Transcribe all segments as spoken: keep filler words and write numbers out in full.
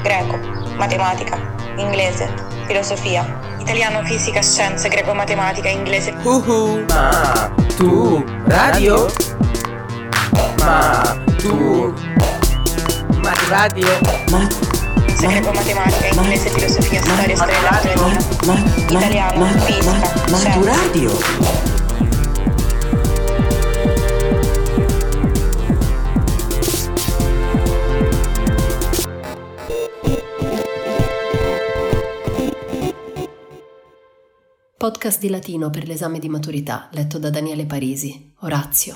greco, matematica, inglese, filosofia, italiano, fisica, scienze, greco, matematica, inglese. Uhu. Ma tu radio? Ma tu ma tu radio? Ma greco, matematica, inglese, filosofia, storia, storia, letteratura, ma, ma, italiano, ma, fisica, ma, ma scienze. tu radio? Podcast di latino per l'esame di maturità, letto da Daniele Parisi. Orazio.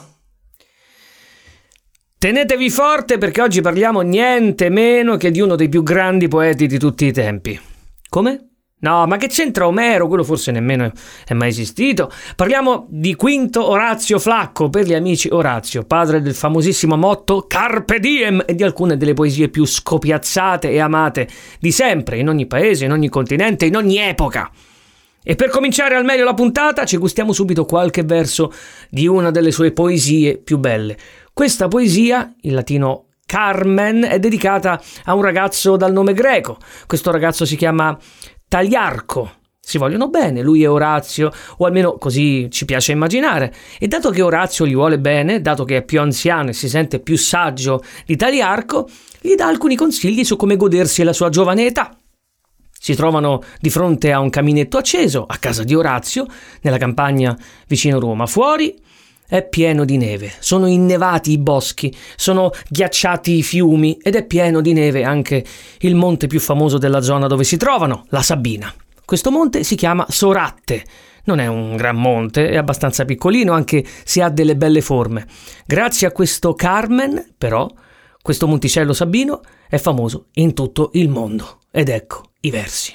Tenetevi forte perché oggi parliamo niente meno che di uno dei più grandi poeti di tutti i tempi. Come? No, ma che c'entra Omero? Quello forse nemmeno è mai esistito. Parliamo di Quinto Orazio Flacco, per gli amici Orazio, padre del famosissimo motto Carpe Diem e di alcune delle poesie più scopiazzate e amate di sempre, in ogni paese, in ogni continente, in ogni epoca. E per cominciare al meglio la puntata ci gustiamo subito qualche verso di una delle sue poesie più belle. Questa poesia, in latino Carmen, è dedicata a un ragazzo dal nome greco. Questo ragazzo si chiama Taliarco. Si vogliono bene, lui e Orazio, o almeno così ci piace immaginare. E dato che Orazio gli vuole bene, dato che è più anziano e si sente più saggio di Taliarco, gli dà alcuni consigli su come godersi la sua giovane età. Si trovano di fronte a un caminetto acceso, a casa di Orazio, nella campagna vicino Roma. Fuori è pieno di neve, sono innevati i boschi, sono ghiacciati i fiumi ed è pieno di neve anche il monte più famoso della zona dove si trovano, la Sabina. Questo monte si chiama Soratte, non è un gran monte, è abbastanza piccolino anche se ha delle belle forme. Grazie a questo Carmen, però, questo monticello sabino è famoso in tutto il mondo. Ed ecco i versi.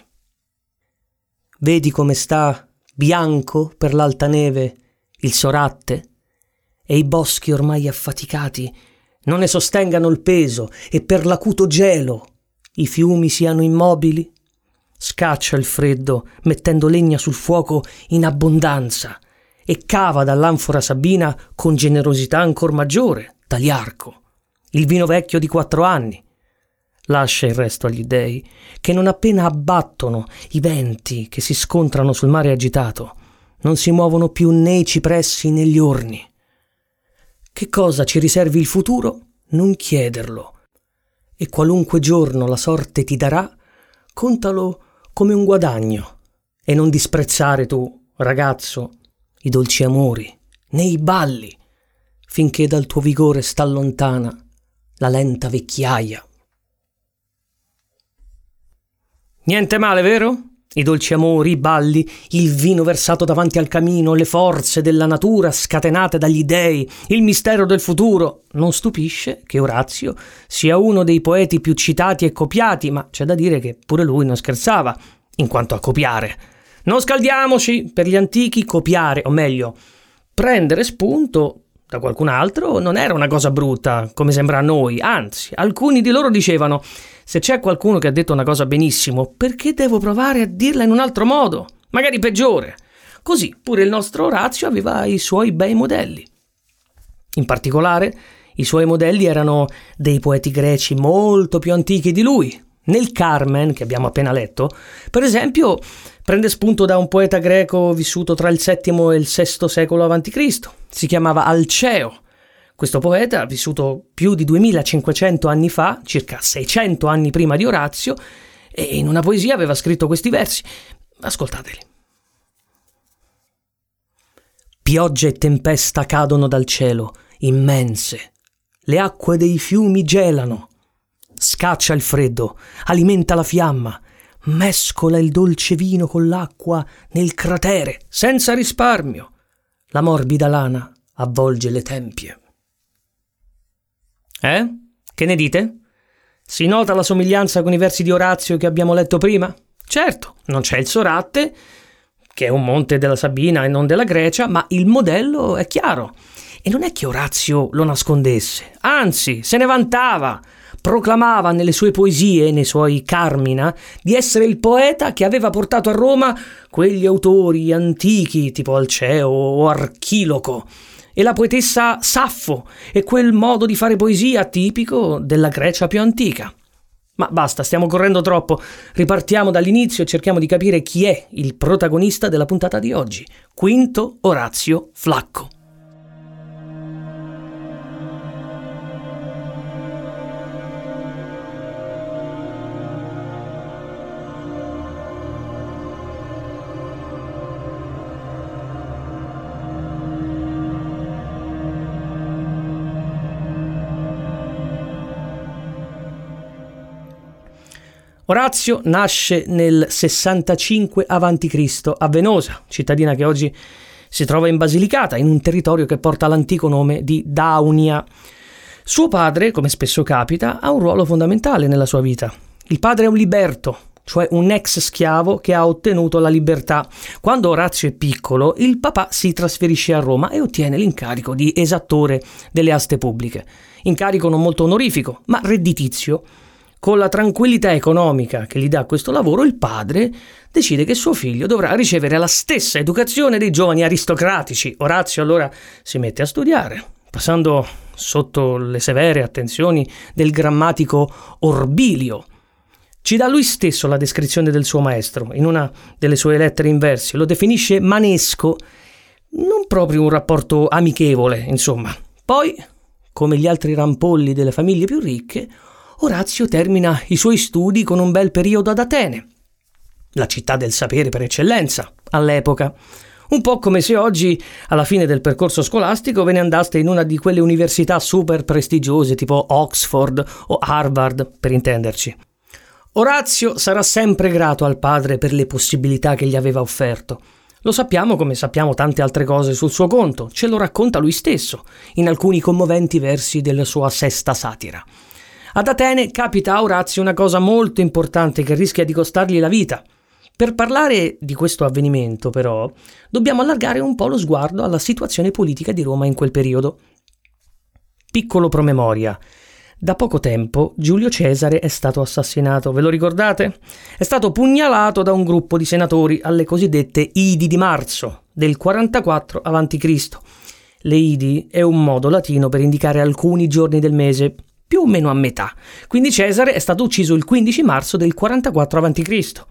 Vedi come sta bianco per l'alta neve il Soratte e i boschi ormai affaticati non ne sostengano il peso e per l'acuto gelo i fiumi siano immobili? Scaccia il freddo mettendo legna sul fuoco in abbondanza e cava dall'anfora sabina con generosità ancor maggiore Taliarco il vino vecchio di quattro anni. Lascia il resto agli dei, che non appena abbattono i venti che si scontrano sul mare agitato, non si muovono più né i cipressi né gli orni. Che cosa ci riservi il futuro? Non chiederlo. E qualunque giorno la sorte ti darà, contalo come un guadagno. E non disprezzare tu, ragazzo, i dolci amori, né i balli, finché dal tuo vigore sta lontana la lenta vecchiaia. Niente male, vero? I dolci amori, i balli, il vino versato davanti al camino, le forze della natura scatenate dagli dei, il mistero del futuro. Non stupisce che Orazio sia uno dei poeti più citati e copiati, ma c'è da dire che pure lui non scherzava in quanto a copiare. Non scaldiamoci, per gli antichi copiare, o meglio, prendere spunto da qualcun altro non era una cosa brutta, come sembra a noi, anzi, alcuni di loro dicevano: se c'è qualcuno che ha detto una cosa benissimo, perché devo provare a dirla in un altro modo, magari peggiore? Così pure il nostro Orazio aveva i suoi bei modelli. In particolare, i suoi modelli erano dei poeti greci molto più antichi di lui. Nel Carmen, che abbiamo appena letto, per esempio, prende spunto da un poeta greco vissuto tra il settimo e il sesto secolo avanti Cristo. Si chiamava Alceo. Questo poeta, vissuto più di duemilacinquecento anni fa, circa seicento anni prima di Orazio, e in una poesia aveva scritto questi versi. Ascoltateli. Pioggia e tempesta cadono dal cielo, immense. Le acque dei fiumi gelano. Scaccia il freddo, alimenta la fiamma, mescola il dolce vino con l'acqua nel cratere, senza risparmio. La morbida lana avvolge le tempie. Eh? Che ne dite? Si nota la somiglianza con i versi di Orazio che abbiamo letto prima? Certo, non c'è il Soratte, che è un monte della Sabina e non della Grecia, ma il modello è chiaro. E non è che Orazio lo nascondesse, anzi, se ne vantava. Proclamava nelle sue poesie, nei suoi Carmina, di essere il poeta che aveva portato a Roma quegli autori antichi tipo Alceo o Archiloco e la poetessa Saffo e quel modo di fare poesia tipico della Grecia più antica. Ma basta, stiamo correndo troppo. Ripartiamo dall'inizio e cerchiamo di capire chi è il protagonista della puntata di oggi. Quinto Orazio Flacco. Orazio nasce nel sessantacinque avanti Cristo a Venosa, cittadina che oggi si trova in Basilicata, in un territorio che porta l'antico nome di Daunia. Suo padre, come spesso capita, ha un ruolo fondamentale nella sua vita. Il padre è un liberto, cioè un ex schiavo che ha ottenuto la libertà. Quando Orazio è piccolo, il papà si trasferisce a Roma e ottiene l'incarico di esattore delle aste pubbliche. Incarico non molto onorifico, ma redditizio. Con la tranquillità economica che gli dà questo lavoro, il padre decide che suo figlio dovrà ricevere la stessa educazione dei giovani aristocratici. Orazio allora si mette a studiare, passando sotto le severe attenzioni del grammatico Orbilio. Ci dà lui stesso la descrizione del suo maestro. In una delle sue lettere in versi lo definisce manesco, non proprio un rapporto amichevole, insomma. Poi, come gli altri rampolli delle famiglie più ricche, Orazio termina i suoi studi con un bel periodo ad Atene, la città del sapere per eccellenza all'epoca. Un po' come se oggi, alla fine del percorso scolastico, ve ne andaste in una di quelle università super prestigiose tipo Oxford o Harvard, per intenderci. Orazio sarà sempre grato al padre per le possibilità che gli aveva offerto. Lo sappiamo come sappiamo tante altre cose sul suo conto, ce lo racconta lui stesso in alcuni commoventi versi della sua sesta satira. Ad Atene capita a Orazio una cosa molto importante che rischia di costargli la vita. Per parlare di questo avvenimento, però, dobbiamo allargare un po' lo sguardo alla situazione politica di Roma in quel periodo. Piccolo promemoria. Da poco tempo Giulio Cesare è stato assassinato, ve lo ricordate? È stato pugnalato da un gruppo di senatori alle cosiddette Idi di marzo del quarantaquattro avanti Cristo. Le Idi è un modo latino per indicare alcuni giorni del mese, più o meno a metà. Quindi Cesare è stato ucciso il quindici marzo del quarantaquattro avanti Cristo.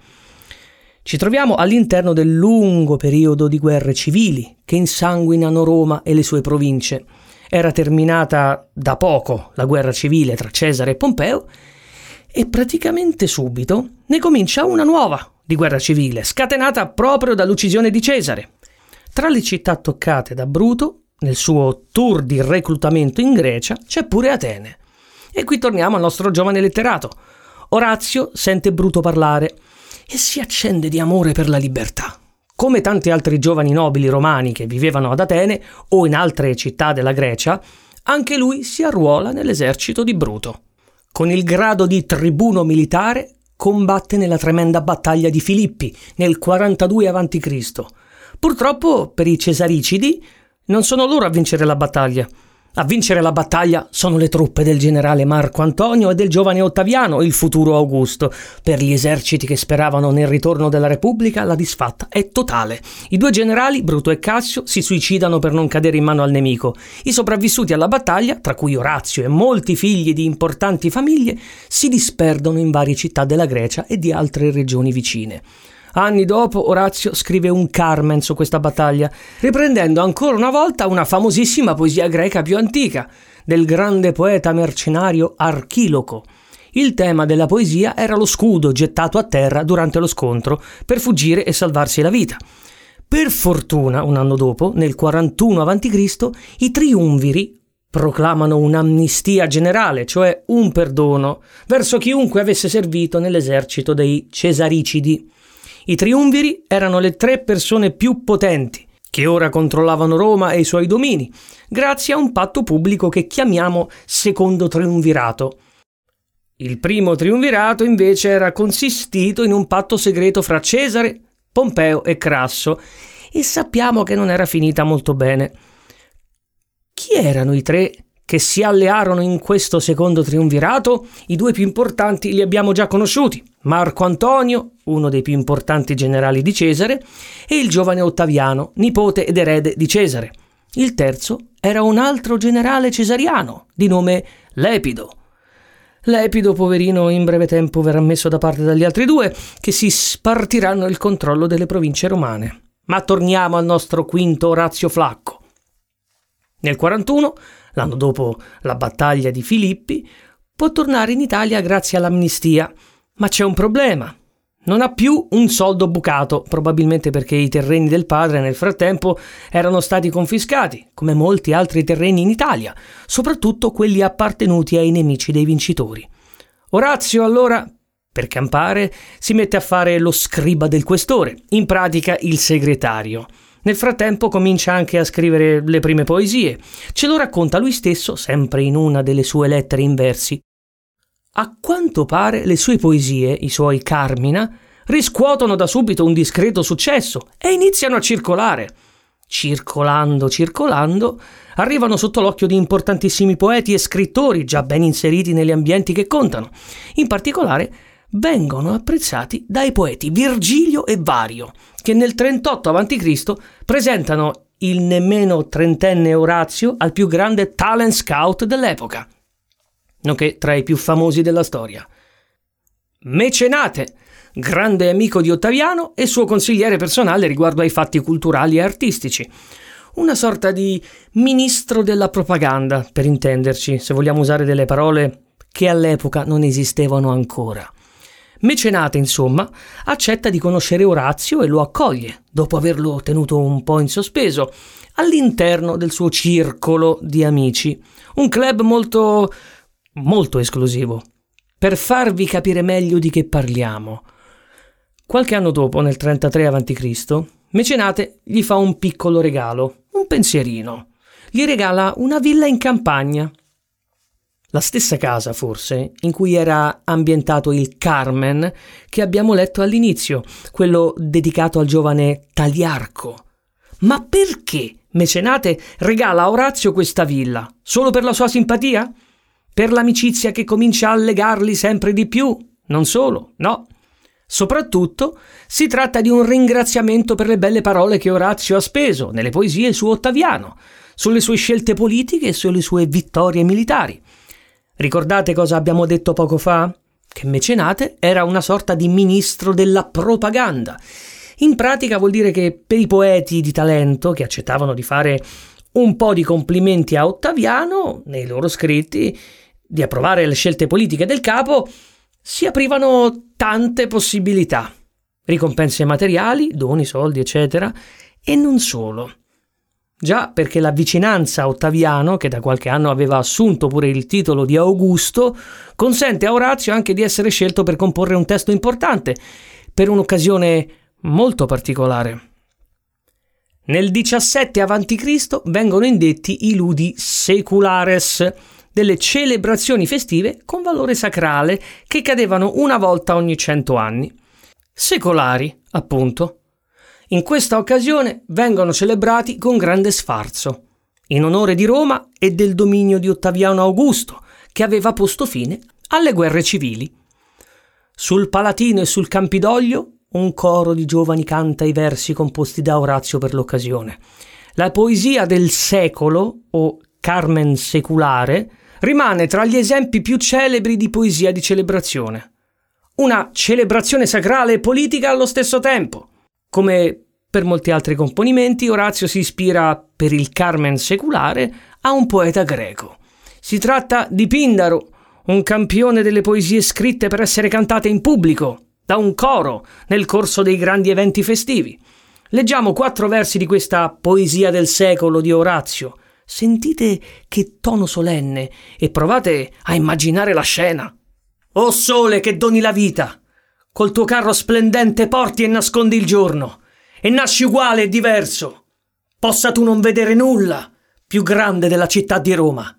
Ci troviamo all'interno del lungo periodo di guerre civili che insanguinano Roma e le sue province. Era terminata da poco la guerra civile tra Cesare e Pompeo e praticamente subito ne comincia una nuova di guerra civile, scatenata proprio dall'uccisione di Cesare. Tra le città toccate da Bruto, nel suo tour di reclutamento in Grecia, c'è pure Atene. E qui torniamo al nostro giovane letterato. Orazio sente Bruto parlare e si accende di amore per la libertà. Come tanti altri giovani nobili romani che vivevano ad Atene o in altre città della Grecia, anche lui si arruola nell'esercito di Bruto. Con il grado di tribuno militare combatte nella tremenda battaglia di Filippi nel quarantadue avanti Cristo. Purtroppo per i Cesaricidi non sono loro a vincere la battaglia. A vincere la battaglia sono le truppe del generale Marco Antonio e del giovane Ottaviano, il futuro Augusto. Per gli eserciti che speravano nel ritorno della Repubblica, la disfatta è totale. I due generali, Bruto e Cassio, si suicidano per non cadere in mano al nemico. I sopravvissuti alla battaglia, tra cui Orazio e molti figli di importanti famiglie, si disperdono in varie città della Grecia e di altre regioni vicine. Anni dopo Orazio scrive un Carmen su questa battaglia, riprendendo ancora una volta una famosissima poesia greca più antica, del grande poeta mercenario Archiloco. Il tema della poesia era lo scudo gettato a terra durante lo scontro per fuggire e salvarsi la vita. Per fortuna, un anno dopo, nel quarantuno avanti Cristo, i triumviri proclamano un'amnistia generale, cioè un perdono, verso chiunque avesse servito nell'esercito dei Cesaricidi. I triumviri erano le tre persone più potenti che ora controllavano Roma e i suoi domini, grazie a un patto pubblico che chiamiamo secondo triumvirato. Il primo triumvirato invece era consistito in un patto segreto fra Cesare, Pompeo e Crasso, e sappiamo che non era finita molto bene. Chi erano i tre che si allearono in questo secondo triumvirato? I due più importanti li abbiamo già conosciuti: Marco Antonio, uno dei più importanti generali di Cesare, e il giovane Ottaviano, nipote ed erede di Cesare. Il terzo era un altro generale cesariano, di nome Lepido. L'Epido, poverino, in breve tempo verrà messo da parte dagli altri due, che si spartiranno il controllo delle province romane. Ma torniamo al nostro quinto Orazio Flacco. Nel quarantuno, l'anno dopo la battaglia di Filippi, può tornare in Italia grazie all'amnistia, ma c'è un problema. Non ha più un soldo bucato, probabilmente perché i terreni del padre nel frattempo erano stati confiscati, come molti altri terreni in Italia, soprattutto quelli appartenuti ai nemici dei vincitori. Orazio allora, per campare, si mette a fare lo scriba del questore, in pratica il segretario. Nel frattempo comincia anche a scrivere le prime poesie. Ce lo racconta lui stesso, sempre in una delle sue lettere in versi. A quanto pare le sue poesie, i suoi Carmina, riscuotono da subito un discreto successo e iniziano a circolare. Circolando, circolando, arrivano sotto l'occhio di importantissimi poeti e scrittori già ben inseriti negli ambienti che contano. In particolare vengono apprezzati dai poeti Virgilio e Vario, che nel trentotto avanti Cristo presentano il nemmeno trentenne Orazio al più grande talent scout dell'epoca, nonché tra i più famosi della storia. Mecenate, grande amico di Ottaviano e suo consigliere personale riguardo ai fatti culturali e artistici. Una sorta di ministro della propaganda, per intenderci, se vogliamo usare delle parole che all'epoca non esistevano ancora. Mecenate, insomma, accetta di conoscere Orazio e lo accoglie, dopo averlo tenuto un po' in sospeso, all'interno del suo circolo di amici. Un club molto... molto esclusivo. Per farvi capire meglio di che parliamo, qualche anno dopo, nel trentatré avanti Cristo, Mecenate gli fa un piccolo regalo, un pensierino. Gli regala una villa in campagna. La stessa casa, forse, in cui era ambientato il Carmen che abbiamo letto all'inizio, quello dedicato al giovane Taliarco. Ma perché Mecenate regala a Orazio questa villa? Solo per la sua simpatia? Per l'amicizia che comincia a legarli sempre di più? Non solo, no. Soprattutto si tratta di un ringraziamento per le belle parole che Orazio ha speso nelle poesie su Ottaviano, sulle sue scelte politiche e sulle sue vittorie militari. Ricordate cosa abbiamo detto poco fa? Che Mecenate era una sorta di ministro della propaganda. In pratica vuol dire che per i poeti di talento che accettavano di fare un po' di complimenti a Ottaviano nei loro scritti, di approvare le scelte politiche del capo, si aprivano tante possibilità, ricompense materiali, doni, soldi, eccetera, e non solo. Già perché la vicinanza a Ottaviano, che da qualche anno aveva assunto pure il titolo di Augusto, consente a Orazio anche di essere scelto per comporre un testo importante, per un'occasione molto particolare. Nel diciassette avanti Cristo vengono indetti i ludi seculares, delle celebrazioni festive con valore sacrale che cadevano una volta ogni cento anni. Secolari, appunto. In questa occasione vengono celebrati con grande sfarzo, in onore di Roma e del dominio di Ottaviano Augusto, che aveva posto fine alle guerre civili. Sul Palatino e sul Campidoglio un coro di giovani canta i versi composti da Orazio per l'occasione. La poesia del secolo, o Carmen seculare, rimane tra gli esempi più celebri di poesia di celebrazione. Una celebrazione sacrale e politica allo stesso tempo. Come per molti altri componimenti, Orazio si ispira per il Carmen seculare a un poeta greco. Si tratta di Pindaro, un campione delle poesie scritte per essere cantate in pubblico, da un coro, nel corso dei grandi eventi festivi. Leggiamo quattro versi di questa poesia del secolo di Orazio. Sentite che tono solenne e provate a immaginare la scena. O sole che doni la vita, col tuo carro splendente porti e nascondi il giorno, e nasci uguale e diverso, possa tu non vedere nulla più grande della città di Roma.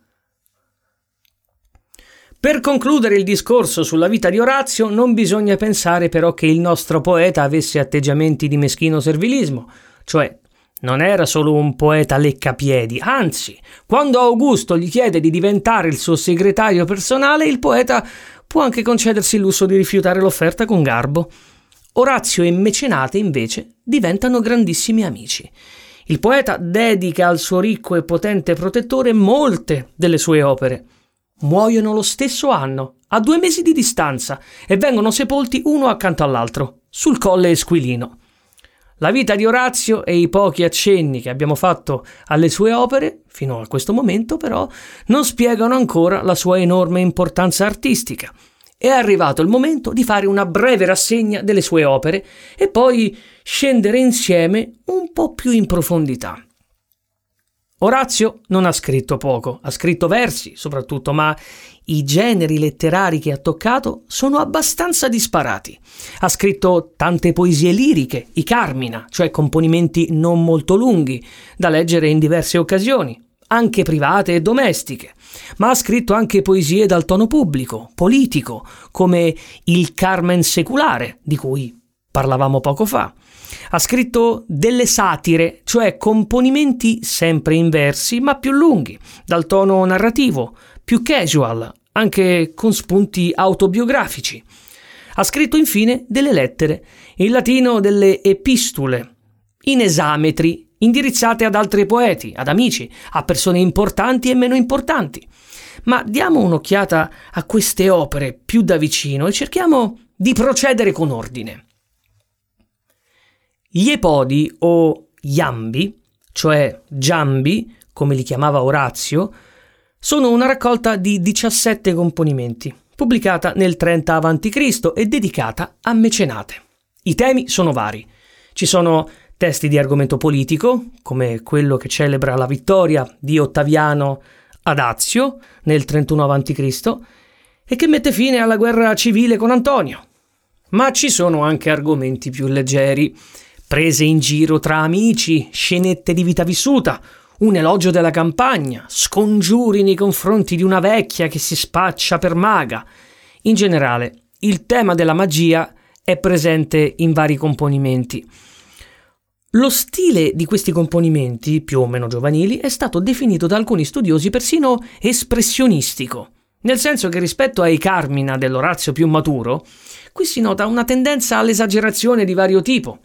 Per concludere il discorso sulla vita di Orazio, non bisogna pensare però che il nostro poeta avesse atteggiamenti di meschino servilismo, cioè non era solo un poeta leccapiedi, anzi, quando Augusto gli chiede di diventare il suo segretario personale, il poeta può anche concedersi il lusso di rifiutare l'offerta con garbo. Orazio e Mecenate, invece, diventano grandissimi amici. Il poeta dedica al suo ricco e potente protettore molte delle sue opere. muoiono lo stesso anno, a due mesi di distanza, e vengono sepolti uno accanto all'altro, sul Colle Esquilino. La vita di Orazio e i pochi accenni che abbiamo fatto alle sue opere, fino a questo momento però, non spiegano ancora la sua enorme importanza artistica. È arrivato il momento di fare una breve rassegna delle sue opere e poi scendere insieme un po' più in profondità. Orazio non ha scritto poco, ha scritto versi soprattutto, ma i generi letterari che ha toccato sono abbastanza disparati. Ha scritto tante poesie liriche, i Carmina, cioè componimenti non molto lunghi, da leggere in diverse occasioni, anche private e domestiche, ma ha scritto anche poesie dal tono pubblico, politico, come il Carmen seculare, di cui parlavamo poco fa. Ha scritto delle satire, cioè componimenti sempre in versi, ma più lunghi, dal tono narrativo, più casual, anche con spunti autobiografici. Ha scritto infine delle lettere, in latino delle epistule, in esametri, indirizzate ad altri poeti, ad amici, a persone importanti e meno importanti. Ma diamo un'occhiata a queste opere più da vicino e cerchiamo di procedere con ordine. Gli Epodi o Iambi, cioè Giambi, come li chiamava Orazio, sono una raccolta di diciassette componimenti, pubblicata nel trenta avanti Cristo e dedicata a Mecenate. I temi sono vari. Ci sono testi di argomento politico, come quello che celebra la vittoria di Ottaviano ad Azio nel trentuno avanti Cristo e che mette fine alla guerra civile con Antonio. Ma ci sono anche argomenti più leggeri, prese in giro tra amici, scenette di vita vissuta, un elogio della campagna, scongiuri nei confronti di una vecchia che si spaccia per maga. In generale, il tema della magia è presente in vari componimenti. Lo stile di questi componimenti, più o meno giovanili, è stato definito da alcuni studiosi persino espressionistico, nel senso che rispetto ai Carmina dell'Orazio più maturo, qui si nota una tendenza all'esagerazione di vario tipo,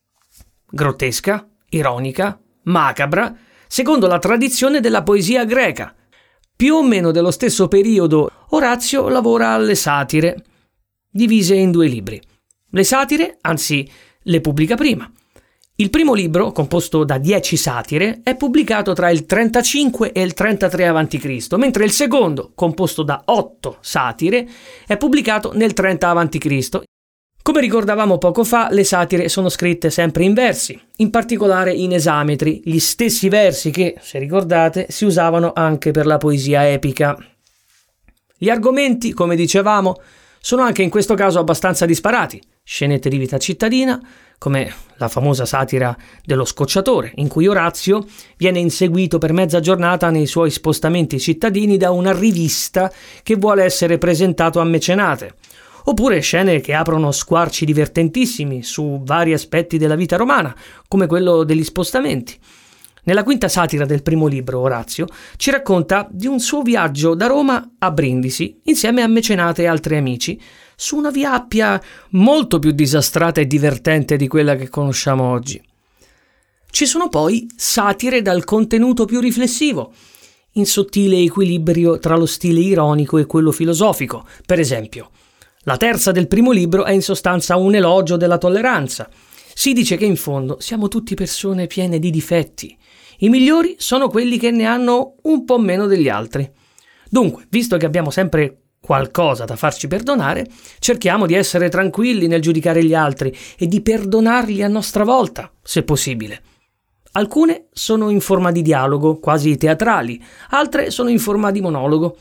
grottesca, ironica, macabra, secondo la tradizione della poesia greca. Più o meno dello stesso periodo, Orazio lavora alle satire, divise in due libri. Le satire, anzi, le pubblica prima. Il primo libro, composto da dieci satire, è pubblicato tra il trentacinque e il trentatré avanti Cristo, mentre il secondo, composto da otto satire, è pubblicato nel trenta avanti Cristo. Come ricordavamo poco fa, le satire sono scritte sempre in versi, in particolare in esametri, gli stessi versi che, se ricordate, si usavano anche per la poesia epica. Gli argomenti, come dicevamo, sono anche in questo caso abbastanza disparati. Scenette di vita cittadina, come la famosa satira dello scocciatore, in cui Orazio viene inseguito per mezza giornata nei suoi spostamenti cittadini da una rivista che vuole essere presentato a Mecenate. Oppure scene che aprono squarci divertentissimi su vari aspetti della vita romana, come quello degli spostamenti. Nella quinta satira del primo libro, Orazio ci racconta di un suo viaggio da Roma a Brindisi, insieme a Mecenate e altri amici, su una via Appia molto più disastrata e divertente di quella che conosciamo oggi. Ci sono poi satire dal contenuto più riflessivo, in sottile equilibrio tra lo stile ironico e quello filosofico. Per esempio, la terza del primo libro è in sostanza un elogio della tolleranza. Si dice che in fondo siamo tutti persone piene di difetti. I migliori sono quelli che ne hanno un po' meno degli altri. Dunque, visto che abbiamo sempre qualcosa da farci perdonare, cerchiamo di essere tranquilli nel giudicare gli altri e di perdonarli a nostra volta, se possibile. Alcune sono in forma di dialogo, quasi teatrali, altre sono in forma di monologo.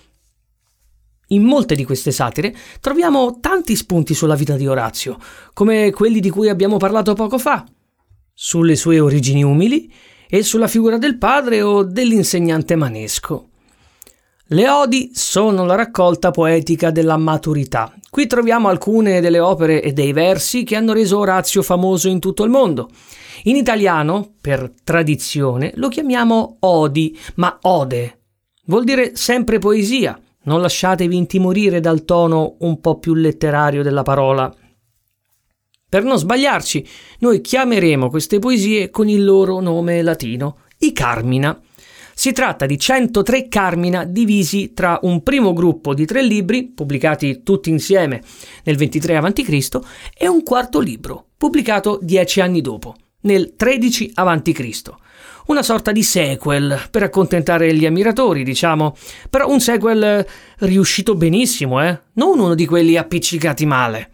In molte di queste satire troviamo tanti spunti sulla vita di Orazio, come quelli di cui abbiamo parlato poco fa, sulle sue origini umili e sulla figura del padre o dell'insegnante manesco. Le odi sono la raccolta poetica della maturità. Qui troviamo alcune delle opere e dei versi che hanno reso Orazio famoso in tutto il mondo. In italiano, per tradizione, lo chiamiamo odi, ma ode vuol dire sempre poesia. Non lasciatevi intimorire dal tono un po' più letterario della parola. Per non sbagliarci, noi chiameremo queste poesie con il loro nome latino, i Carmina. Si tratta di centotré Carmina divisi tra un primo gruppo di tre libri, pubblicati tutti insieme nel ventitré avanti Cristo, e un quarto libro, pubblicato dieci anni dopo, nel tredici avanti Cristo. Una sorta di sequel per accontentare gli ammiratori, diciamo, però un sequel riuscito benissimo, eh? Non uno di quelli appiccicati male.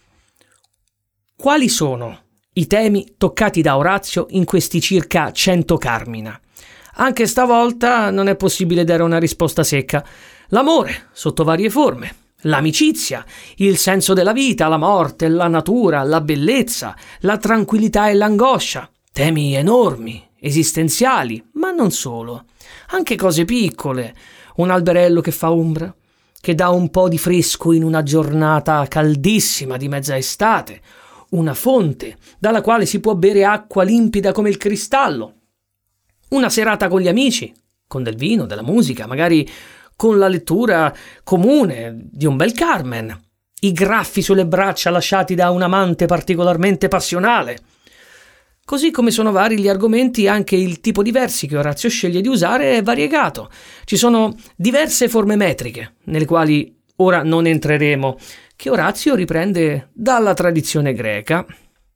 Quali sono i temi toccati da Orazio in questi circa cento Carmina? Anche stavolta non è possibile dare una risposta secca. L'amore, sotto varie forme, l'amicizia, il senso della vita, la morte, la natura, la bellezza, la tranquillità e l'angoscia. Temi enormi, esistenziali, ma non solo. Anche cose piccole, un alberello che fa ombra, che dà un po' di fresco in una giornata caldissima di mezza estate, una fonte dalla quale si può bere acqua limpida come il cristallo, una serata con gli amici, con del vino, della musica, magari con la lettura comune di un bel Carmen, i graffi sulle braccia lasciati da un amante particolarmente passionale. Così come sono vari gli argomenti, anche il tipo di versi che Orazio sceglie di usare è variegato. Ci sono diverse forme metriche, nelle quali ora non entreremo, che Orazio riprende dalla tradizione greca.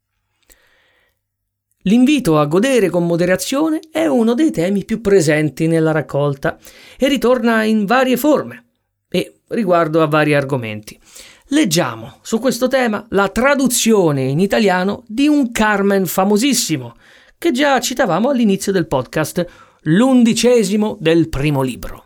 L'invito a godere con moderazione è uno dei temi più presenti nella raccolta e ritorna in varie forme e riguardo a vari argomenti. Leggiamo su questo tema la traduzione in italiano di un Carmen famosissimo, che già citavamo all'inizio del podcast, l'undicesimo del primo libro.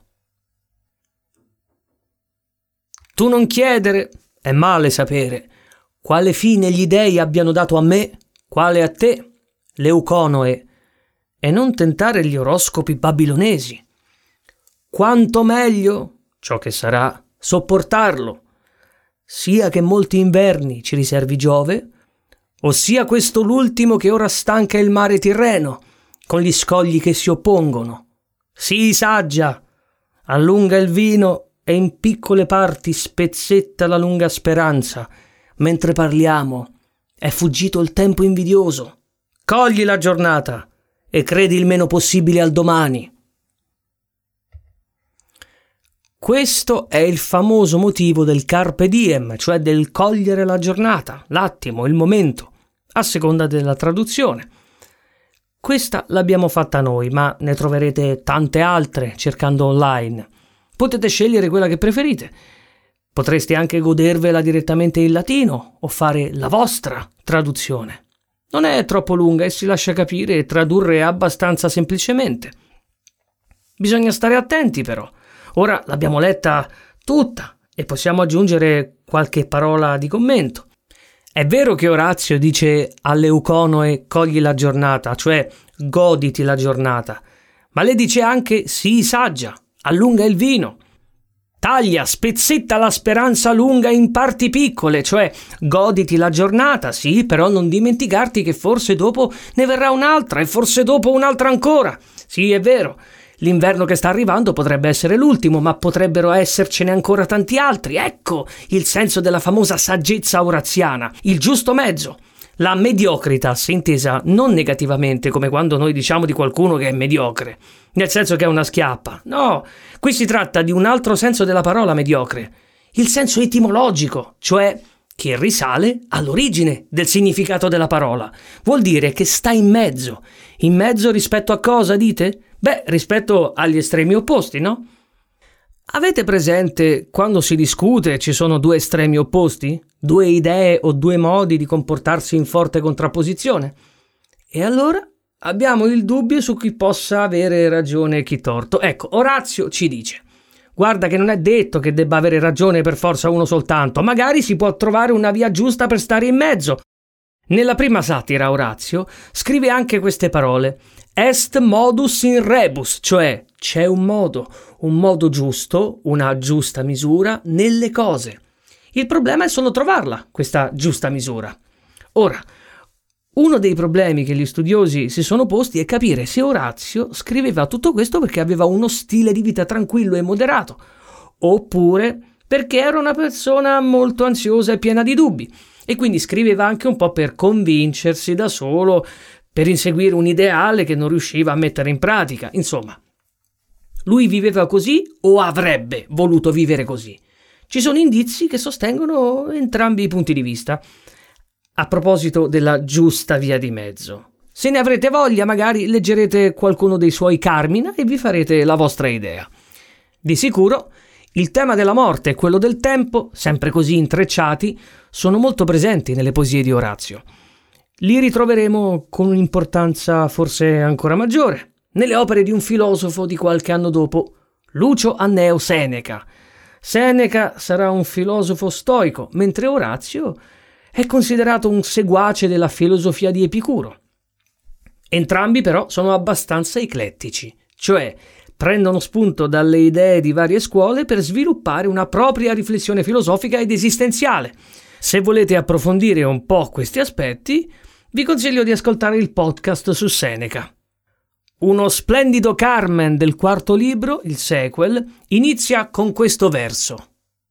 Tu non chiedere, è male sapere, quale fine gli dei abbiano dato a me, quale a te, Leuconoe, e non tentare gli oroscopi babilonesi. Quanto meglio, ciò che sarà, sopportarlo, sia che molti inverni ci riservi Giove, ossia questo l'ultimo che ora stanca il mare Tirreno, con gli scogli che si oppongono. Sii saggia, allunga il vino e in piccole parti spezzetta la lunga speranza. Mentre parliamo, è fuggito il tempo invidioso. Cogli la giornata e credi il meno possibile al domani. Questo è il famoso motivo del carpe diem, cioè del cogliere la giornata, l'attimo, il momento, a seconda della traduzione. Questa l'abbiamo fatta noi, ma ne troverete tante altre cercando online. Potete scegliere quella che preferite. Potreste anche godervela direttamente in latino o fare la vostra traduzione. Non è troppo lunga e si lascia capire e tradurre abbastanza semplicemente. Bisogna stare attenti però. Ora l'abbiamo letta tutta e possiamo aggiungere qualche parola di commento. È vero che Orazio dice a Leuconoe cogli la giornata, cioè goditi la giornata, ma le dice anche sii saggia, allunga il vino, taglia, spezzetta la speranza lunga in parti piccole, cioè goditi la giornata, sì, però non dimenticarti che forse dopo ne verrà un'altra e forse dopo un'altra ancora. Sì, è vero. L'inverno che sta arrivando potrebbe essere l'ultimo, ma potrebbero essercene ancora tanti altri. Ecco il senso della famosa saggezza oraziana, il giusto mezzo. La mediocritas, intesa non negativamente, come quando noi diciamo di qualcuno che è mediocre, nel senso che è una schiappa. No, qui si tratta di un altro senso della parola mediocre, il senso etimologico, cioè che risale all'origine del significato della parola. Vuol dire che sta in mezzo. In mezzo rispetto a cosa, dite? Beh, rispetto agli estremi opposti, no? Avete presente quando si discute ci sono due estremi opposti? Due idee o due modi di comportarsi in forte contrapposizione? E allora abbiamo il dubbio su chi possa avere ragione e chi torto. Ecco, Orazio ci dice: guarda che non è detto che debba avere ragione per forza uno soltanto, magari si può trovare una via giusta per stare in mezzo. Nella prima satira Orazio scrive anche queste parole: est modus in rebus, cioè c'è un modo, un modo giusto, una giusta misura nelle cose. Il problema è solo trovarla, questa giusta misura. Ora, uno dei problemi che gli studiosi si sono posti è capire se Orazio scriveva tutto questo perché aveva uno stile di vita tranquillo e moderato, oppure perché era una persona molto ansiosa e piena di dubbi, e quindi scriveva anche un po' per convincersi da solo, per inseguire un ideale che non riusciva a mettere in pratica. Insomma, Lui viveva così o avrebbe voluto vivere così? Ci sono indizi che sostengono entrambi i punti di vista. A proposito della giusta via di mezzo, se ne avrete voglia, magari leggerete qualcuno dei suoi Carmina e vi farete la vostra idea. Di sicuro, il tema della morte e quello del tempo, sempre così intrecciati, sono molto presenti nelle poesie di Orazio. Li ritroveremo con un'importanza forse ancora maggiore nelle opere di un filosofo di qualche anno dopo, Lucio Anneo Seneca. Seneca sarà un filosofo stoico, mentre Orazio è considerato un seguace della filosofia di Epicuro. Entrambi però sono abbastanza eclettici, cioè prendono spunto dalle idee di varie scuole per sviluppare una propria riflessione filosofica ed esistenziale. Se volete approfondire un po' questi aspetti, vi consiglio di ascoltare il podcast su Seneca. Uno splendido Carmen del quarto libro, il sequel, inizia con questo verso.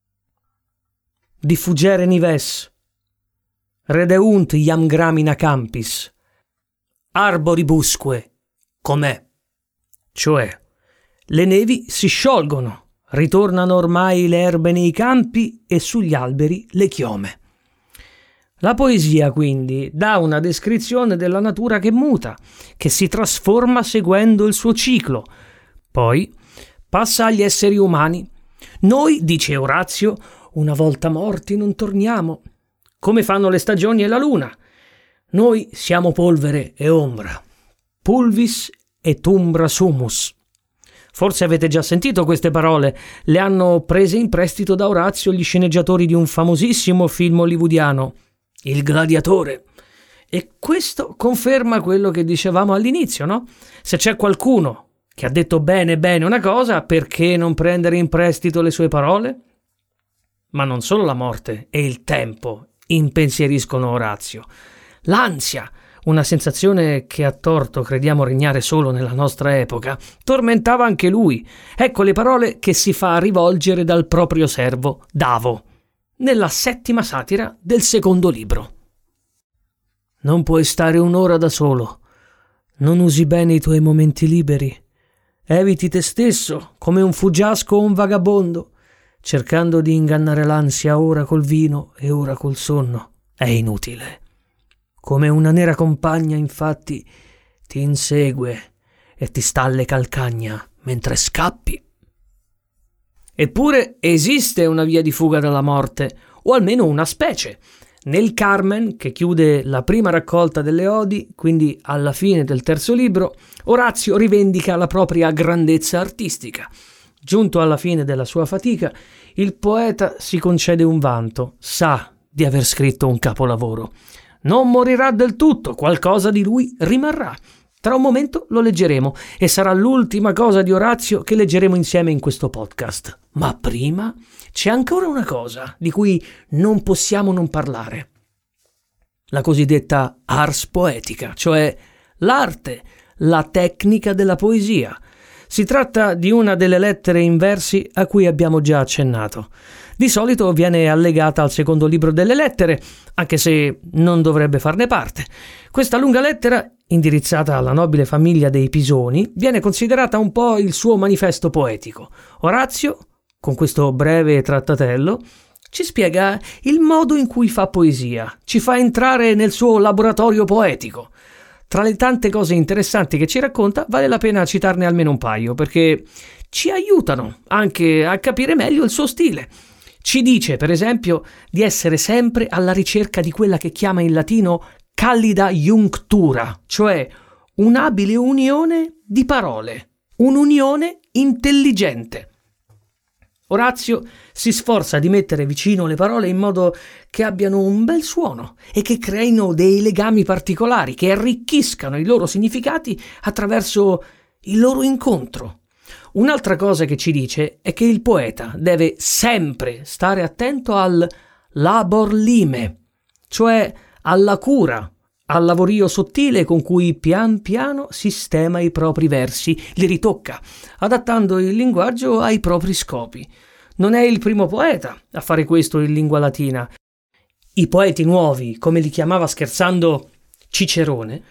Diffugere nives, redeunt iam gramina campis, arboribusque, com'è. Cioè, le nevi si sciolgono, ritornano ormai le erbe nei campi e sugli alberi le chiome. La poesia, quindi, dà una descrizione della natura che muta, che si trasforma seguendo il suo ciclo. Poi passa agli esseri umani. Noi, dice Orazio, una volta morti non torniamo, come fanno le stagioni e la luna. Noi siamo polvere e ombra, pulvis et umbra sumus. Forse avete già sentito queste parole, le hanno prese in prestito da Orazio gli sceneggiatori di un famosissimo film hollywoodiano, Il Gladiatore. E questo conferma quello che dicevamo all'inizio, no? Se c'è qualcuno che ha detto bene bene una cosa, perché non prendere in prestito le sue parole? Ma non solo la morte e il tempo impensieriscono Orazio. L'ansia, una sensazione che a torto crediamo regnare solo nella nostra epoca, tormentava anche lui. Ecco le parole che si fa rivolgere dal proprio servo Davo nella settima satira del secondo libro. Non puoi stare un'ora da solo, non usi bene i tuoi momenti liberi, eviti te stesso come un fuggiasco o un vagabondo, cercando di ingannare l'ansia ora col vino e ora col sonno. È inutile. Come una nera compagna, infatti, ti insegue e ti sta alle calcagna mentre scappi. Eppure esiste una via di fuga dalla morte, o almeno una specie. Nel Carmen, che chiude la prima raccolta delle odi, quindi alla fine del terzo libro, Orazio rivendica la propria grandezza artistica. Giunto alla fine della sua fatica, il poeta si concede un vanto, sa di aver scritto un capolavoro. Non morirà del tutto, qualcosa di lui rimarrà. Tra un momento lo leggeremo e sarà l'ultima cosa di Orazio che leggeremo insieme in questo podcast. Ma prima c'è ancora una cosa di cui non possiamo non parlare. La cosiddetta ars poetica, cioè l'arte, la tecnica della poesia. Si tratta di una delle lettere in versi a cui abbiamo già accennato. Di solito viene allegata al secondo libro delle lettere, anche se non dovrebbe farne parte. Questa lunga lettera, indirizzata alla nobile famiglia dei Pisoni, viene considerata un po' il suo manifesto poetico. Orazio, con questo breve trattatello, ci spiega il modo in cui fa poesia, ci fa entrare nel suo laboratorio poetico. Tra le tante cose interessanti che ci racconta, vale la pena citarne almeno un paio, perché ci aiutano anche a capire meglio il suo stile. Ci dice, per esempio, di essere sempre alla ricerca di quella che chiama in latino callida iunctura, cioè un'abile unione di parole, un'unione intelligente. Orazio si sforza di mettere vicino le parole in modo che abbiano un bel suono e che creino dei legami particolari, che arricchiscano i loro significati attraverso il loro incontro. Un'altra cosa che ci dice è che il poeta deve sempre stare attento al labor lime, cioè alla cura, al lavorio sottile con cui pian piano sistema i propri versi, li ritocca, adattando il linguaggio ai propri scopi. Non è il primo poeta a fare questo in lingua latina. I poeti nuovi, come li chiamava scherzando Cicerone,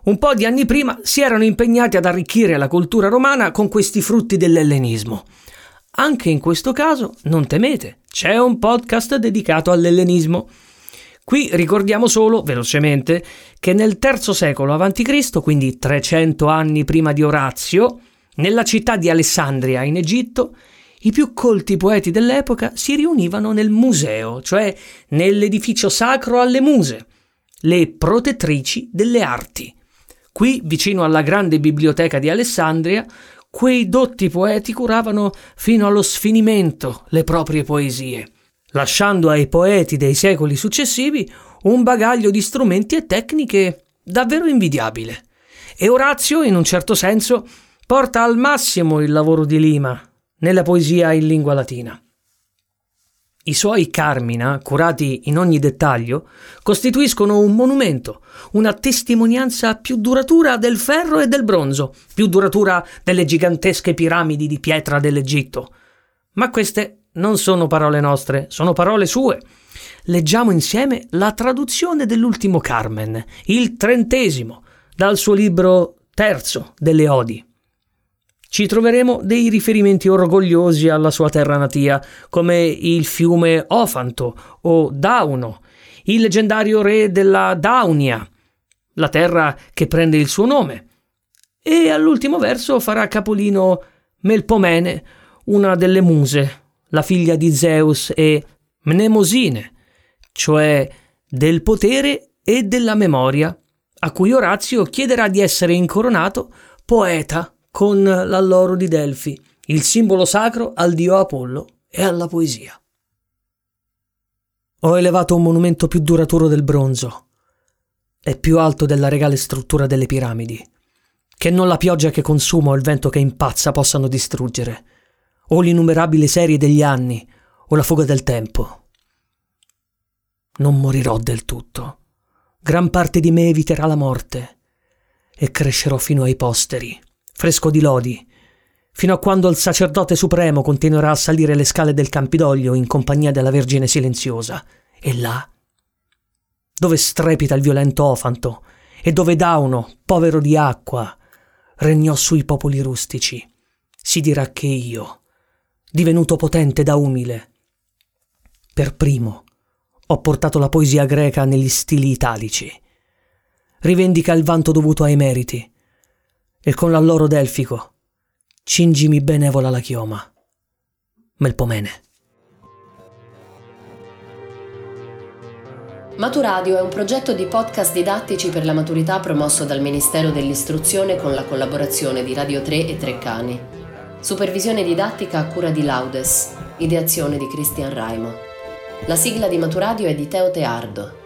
un po' di anni prima si erano impegnati ad arricchire la cultura romana con questi frutti dell'ellenismo. Anche in questo caso, non temete, c'è un podcast dedicato all'ellenismo. Qui ricordiamo solo, velocemente, che nel terzo secolo avanti Cristo, quindi trecento anni prima di Orazio, nella città di Alessandria in Egitto, i più colti poeti dell'epoca si riunivano nel museo, cioè nell'edificio sacro alle muse, le protettrici delle arti. Qui, vicino alla grande biblioteca di Alessandria, quei dotti poeti curavano fino allo sfinimento le proprie poesie, lasciando ai poeti dei secoli successivi un bagaglio di strumenti e tecniche davvero invidiabile. E Orazio, in un certo senso, porta al massimo il lavoro di Lima nella poesia in lingua latina. I suoi Carmina, curati in ogni dettaglio, costituiscono un monumento, una testimonianza più duratura del ferro e del bronzo, più duratura delle gigantesche piramidi di pietra dell'Egitto. Ma queste non sono parole nostre, sono parole sue. Leggiamo insieme la traduzione dell'ultimo Carmen, il trentesimo, dal suo libro terzo delle Odi. Ci troveremo dei riferimenti orgogliosi alla sua terra natia, come il fiume Ofanto o Dauno, il leggendario re della Daunia, la terra che prende il suo nome. E all'ultimo verso farà capolino Melpomene, una delle muse, la figlia di Zeus, e Mnemosine, cioè del potere e della memoria, a cui Orazio chiederà di essere incoronato poeta con l'alloro di Delfi, il simbolo sacro al dio Apollo e alla poesia. Ho elevato un monumento più duraturo del bronzo e più alto della regale struttura delle piramidi, che non la pioggia che consuma o il vento che impazza possano distruggere, o l'innumerabile serie degli anni o la fuga del tempo. Non morirò del tutto. Gran parte di me eviterà la morte e crescerò fino ai posteri, fresco di lodi, fino a quando il sacerdote supremo continuerà a salire le scale del Campidoglio in compagnia della Vergine silenziosa. E là, dove strepita il violento Ofanto e dove Dauno, povero di acqua, regnò sui popoli rustici, si dirà che io, divenuto potente da umile, per primo ho portato la poesia greca negli stili italici. Rivendica il vanto dovuto ai meriti e con l'alloro delfico cingimi benevola la chioma. Melpomene. Maturadio è un progetto di podcast didattici per la maturità promosso dal Ministero dell'Istruzione con la collaborazione di Radio tre e Treccani. Supervisione didattica a cura di Laudes, ideazione di Cristian Raimo. La sigla di Maturadio è di Teo Teardo.